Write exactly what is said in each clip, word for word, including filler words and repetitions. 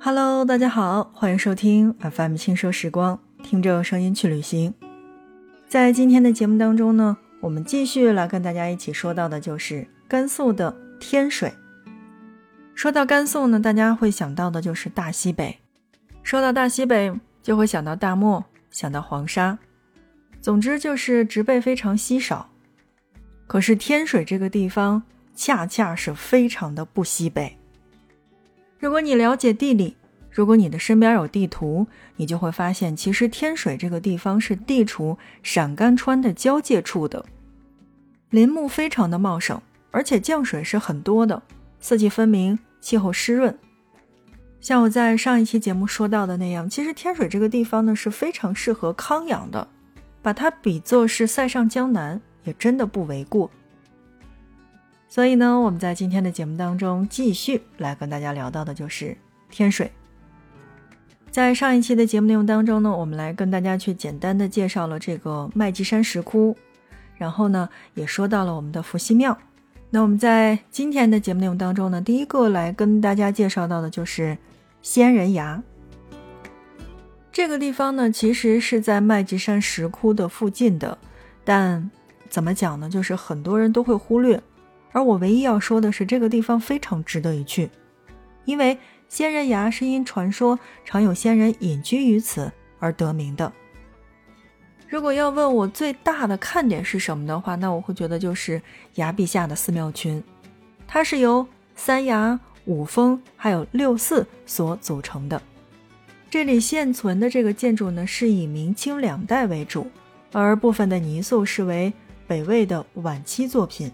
Hello， 大家好，欢迎收听 F M 轻奢时光，听着声音去旅行。在今天的节目当中呢，我们继续来跟大家一起说到的就是甘肃的天水。说到甘肃呢，大家会想到的就是大西北。说到大西北，就会想到大漠，想到黄沙。总之就是植被非常稀少。可是天水这个地方恰恰是非常的不西北。如果你了解地理，如果你的身边有地图，你就会发现其实天水这个地方是地处陕甘川的交界处的，林木非常的茂盛，而且降水是很多的，四季分明，气候湿润。像我在上一期节目说到的那样，其实天水这个地方呢是非常适合康养的，把它比作是塞上江南也真的不为过。所以呢，我们在今天的节目当中继续来跟大家聊到的就是天水。在上一期的节目内容当中呢，我们来跟大家去简单的介绍了这个麦积山石窟，然后呢也说到了我们的伏羲庙。那我们在今天的节目内容当中呢，第一个来跟大家介绍到的就是仙人崖。这个地方呢其实是在麦积山石窟的附近的，但怎么讲呢，就是很多人都会忽略，而我唯一要说的是这个地方非常值得一去。因为仙人崖是因传说常有仙人隐居于此而得名的。如果要问我最大的看点是什么的话，那我会觉得就是崖壁下的寺庙群，它是由三崖、五峰还有六寺所组成的。这里现存的这个建筑呢是以明清两代为主，而部分的泥塑是为北魏的晚期作品。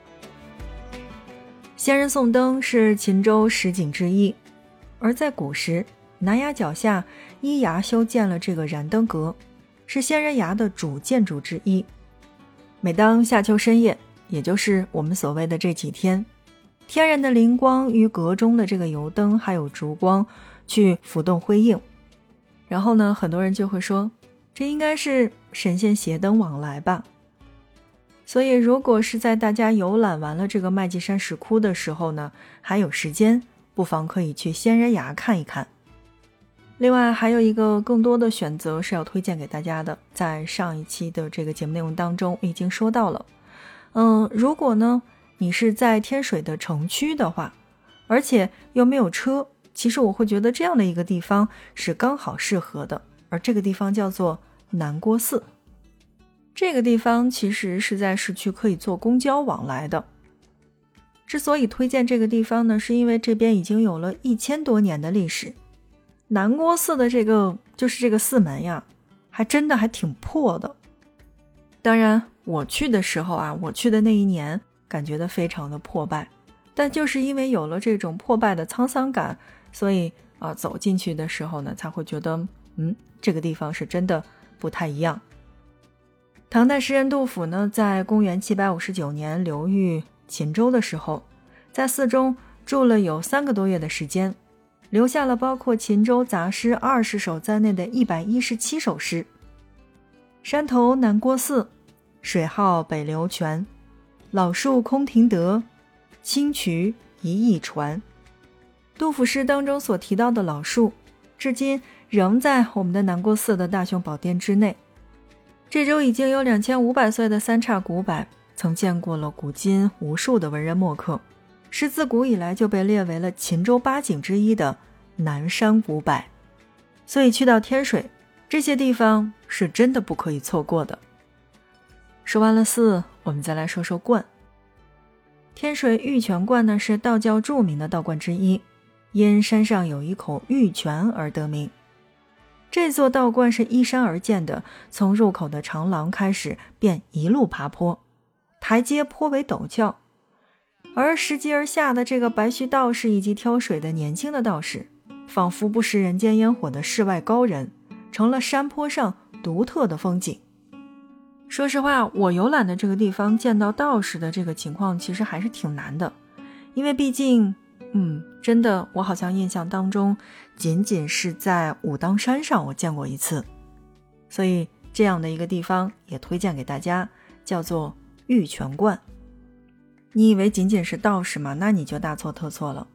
仙人送灯是秦州十景之一，而在古时南崖脚下依崖修建了这个燃灯阁，是仙人崖的主建筑之一。每当夏秋深夜，也就是我们所谓的这几天，天然的灵光与阁中的这个油灯还有烛光去浮动辉映，然后呢很多人就会说，这应该是神仙携灯往来吧。所以如果是在大家游览完了这个麦积山石窟的时候呢，还有时间，不妨可以去仙人崖看一看。另外还有一个更多的选择是要推荐给大家的，在上一期的这个节目内容当中已经说到了。嗯，如果呢你是在天水的城区的话，而且又没有车，其实我会觉得这样的一个地方是刚好适合的，而这个地方叫做南郭寺。这个地方其实是在市区可以坐公交往来的。之所以推荐这个地方呢，是因为这边已经有了一千多年的历史。南郭寺的这个就是这个寺门呀，还真的还挺破的。当然我去的时候啊，我去的那一年感觉的非常的破败，但就是因为有了这种破败的沧桑感，所以啊走进去的时候呢，才会觉得嗯，这个地方是真的不太一样。唐代诗人杜甫呢，在公元七百五十九年流寓秦州的时候，在寺中住了有三个多月的时间，留下了包括秦州杂诗二十首在内的一百一十七首诗。山头南郭寺，水号北流泉，老树空庭德，清渠一亿船。杜甫诗当中所提到的老树，至今仍在我们的南郭寺的大雄宝殿之内。这周已经有两千五百岁的三岔古柏，曾见过了古今无数的文人墨客，是自古以来就被列为了秦州八景之一的南山古柏。所以去到天水，这些地方是真的不可以错过的。说完了寺，我们再来说说观。天水玉泉观呢，是道教著名的道观之一，因山上有一口玉泉而得名。这座道观是依山而建的，从入口的长廊开始便一路爬坡，台阶颇为陡峭，而拾级而下的这个白须道士以及挑水的年轻的道士，仿佛不食人间烟火的世外高人，成了山坡上独特的风景。说实话，我游览的这个地方见到道士的这个情况其实还是挺难的，因为毕竟嗯，真的我好像印象当中仅仅是在武当山上我见过一次。所以这样的一个地方也推荐给大家，叫做玉泉观。你以为仅仅是道士吗？那你就大错特错了。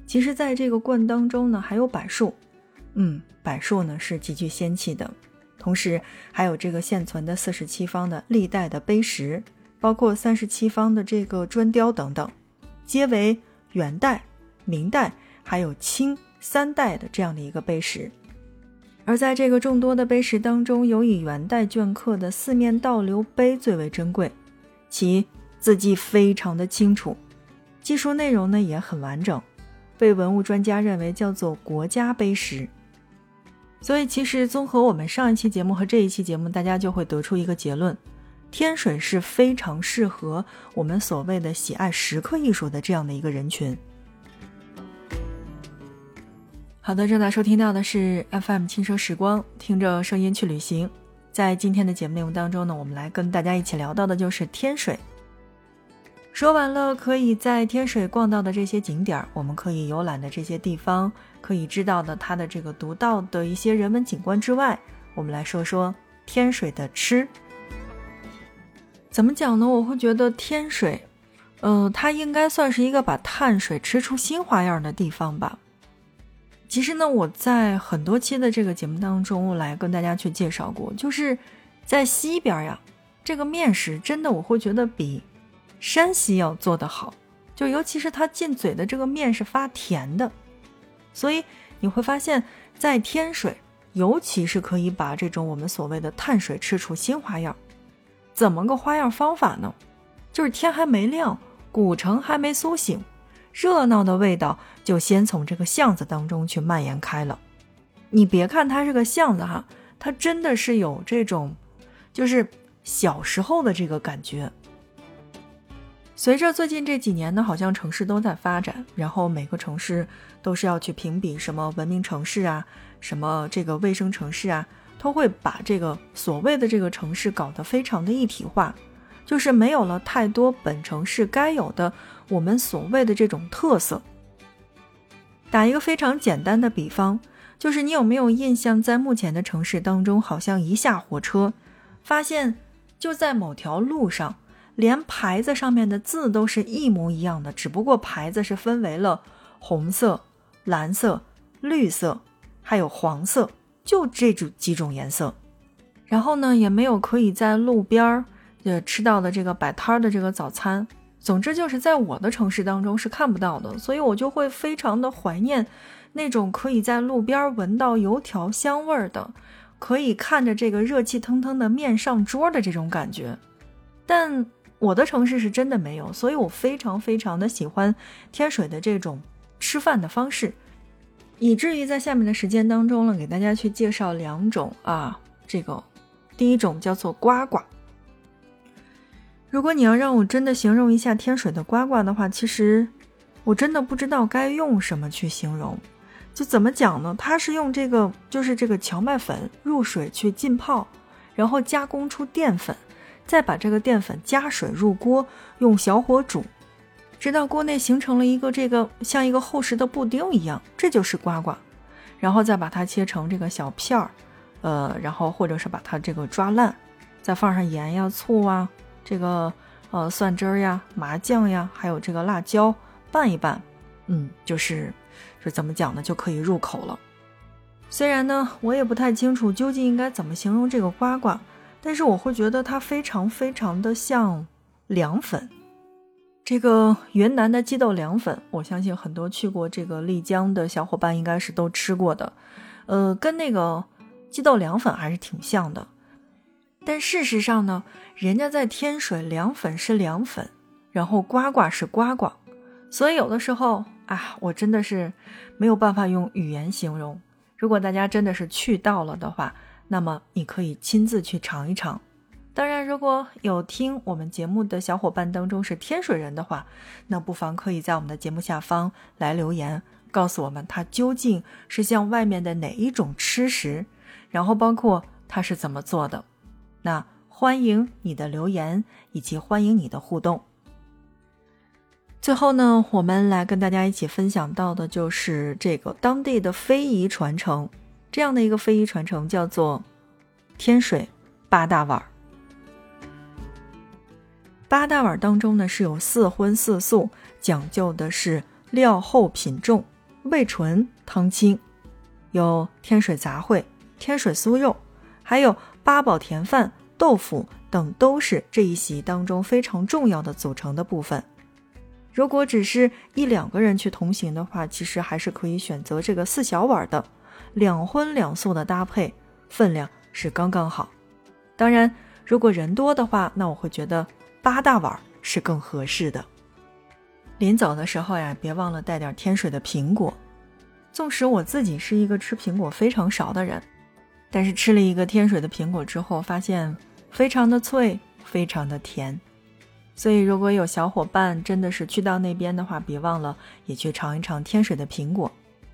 其实在这个罐当中呢还有柏树，嗯，柏树呢是极具仙气的，同时还有这个现存的四十七方的历代的碑石，包括三十七方的这个砖雕等等，皆为元代、明代还有清三代的这样的一个碑石。而在这个众多的碑石当中，有以元代镌刻的四面倒流碑最为珍贵，其字迹非常的清楚，技术内容呢也很完整，被文物专家认为叫做国家碑石。所以其实综合我们上一期节目和这一期节目，大家就会得出一个结论，天水是非常适合我们所谓的喜爱石刻艺术的这样的一个人群。好的，正在收听到的是 F M 轻奢时光，听着声音去旅行。在今天的节目内容当中呢，我们来跟大家一起聊到的就是天水。说完了可以在天水逛到的这些景点，我们可以游览的这些地方，可以知道的它的这个独到的一些人文景观之外，我们来说说天水的吃。怎么讲呢？我会觉得天水呃，它应该算是一个把碳水吃出新花样的地方吧。其实呢，我在很多期的这个节目当中来跟大家去介绍过，就是在西边呀，这个面食真的我会觉得比山西要做得好，就尤其是它进嘴的这个面是发甜的，所以你会发现在天水尤其是可以把这种我们所谓的碳水吃出新花样。怎么个花样方法呢？就是天还没亮，古城还没苏醒，热闹的味道就先从这个巷子当中去蔓延开了。你别看它是个巷子哈，它真的是有这种就是小时候的这个感觉。随着最近这几年呢，好像城市都在发展，然后每个城市都是要去评比什么文明城市啊，什么这个卫生城市啊，都会把这个所谓的这个城市搞得非常的一体化，就是没有了太多本城市该有的我们所谓的这种特色。打一个非常简单的比方，就是你有没有印象，在目前的城市当中，好像一下火车发现就在某条路上，连牌子上面的字都是一模一样的，只不过牌子是分为了红色、蓝色、绿色还有黄色，就这几种颜色。然后呢，也没有可以在路边呃吃到的这个摆摊的这个早餐，总之就是在我的城市当中是看不到的，所以我就会非常的怀念那种可以在路边闻到油条香味的，可以看着这个热气腾腾的面上桌的这种感觉。但我的城市是真的没有，所以我非常非常的喜欢天水的这种吃饭的方式，以至于在下面的时间当中呢，给大家去介绍两种啊，这个第一种叫做呱呱。如果你要让我真的形容一下天水的呱呱的话，其实我真的不知道该用什么去形容。就怎么讲呢？它是用这个就是这个荞麦粉入水去浸泡，然后加工出淀粉，再把这个淀粉加水入锅，用小火煮，直到锅内形成了一个这个像一个厚实的布丁一样，这就是呱呱。然后再把它切成这个小片儿，呃，然后或者是把它这个抓烂，再放上盐呀、醋啊，这个呃蒜汁儿呀、麻酱呀，还有这个辣椒，拌一拌，嗯，就是是怎么讲呢，就可以入口了。虽然呢，我也不太清楚究竟应该怎么形容这个呱呱，但是我会觉得它非常非常的像凉粉。这个云南的鸡豆凉粉，我相信很多去过这个丽江的小伙伴应该是都吃过的，呃，跟那个鸡豆凉粉还是挺像的。但事实上呢，人家在天水凉粉是凉粉，然后呱呱是呱呱，所以有的时候啊，我真的是没有办法用语言形容。如果大家真的是去到了的话，那么你可以亲自去尝一尝。当然，如果有听我们节目的小伙伴当中是天水人的话，那不妨可以在我们的节目下方来留言，告诉我们它究竟是像外面的哪一种吃食，然后包括它是怎么做的。那欢迎你的留言，以及欢迎你的互动。最后呢，我们来跟大家一起分享到的就是这个当地的非遗传承，这样的一个非遗传承叫做天水八大碗。八大碗当中呢是有四荤四素，讲究的是料厚品重， 味醇、汤青，有天水杂烩、天水酥肉，还有八宝甜饭、豆腐等，都是这一席当中非常重要的组成的部分。如果只是一两个人去同行的话，其实还是可以选择这个四小碗的，两荤两素的搭配，分量是刚刚好。当然如果人多的话，那我会觉得八大碗是更合适的。临走的时候呀，别忘了带点天水的苹果。纵使我自己是一个吃苹果非常少的人，但是吃了一个天水的苹果之后，发现非常的脆，非常的甜。所以如果有小伙伴真的是去到那边的话，别忘了也去尝一尝天水的苹果。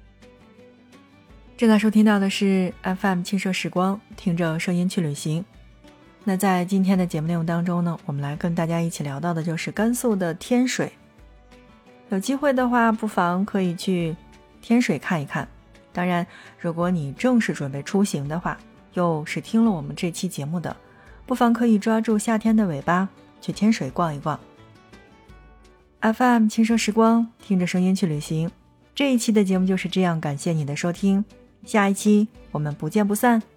正在收听到的是 F M 轻奢时光，听着声音去旅行。那在今天的节目内容当中呢，我们来跟大家一起聊到的就是甘肃的天水。有机会的话，不妨可以去天水看一看。当然如果你正是准备出行的话，又是听了我们这期节目的，不妨可以抓住夏天的尾巴去天水逛一逛。 F M 轻奢时光，听着声音去旅行。这一期的节目就是这样，感谢你的收听，下一期我们不见不散。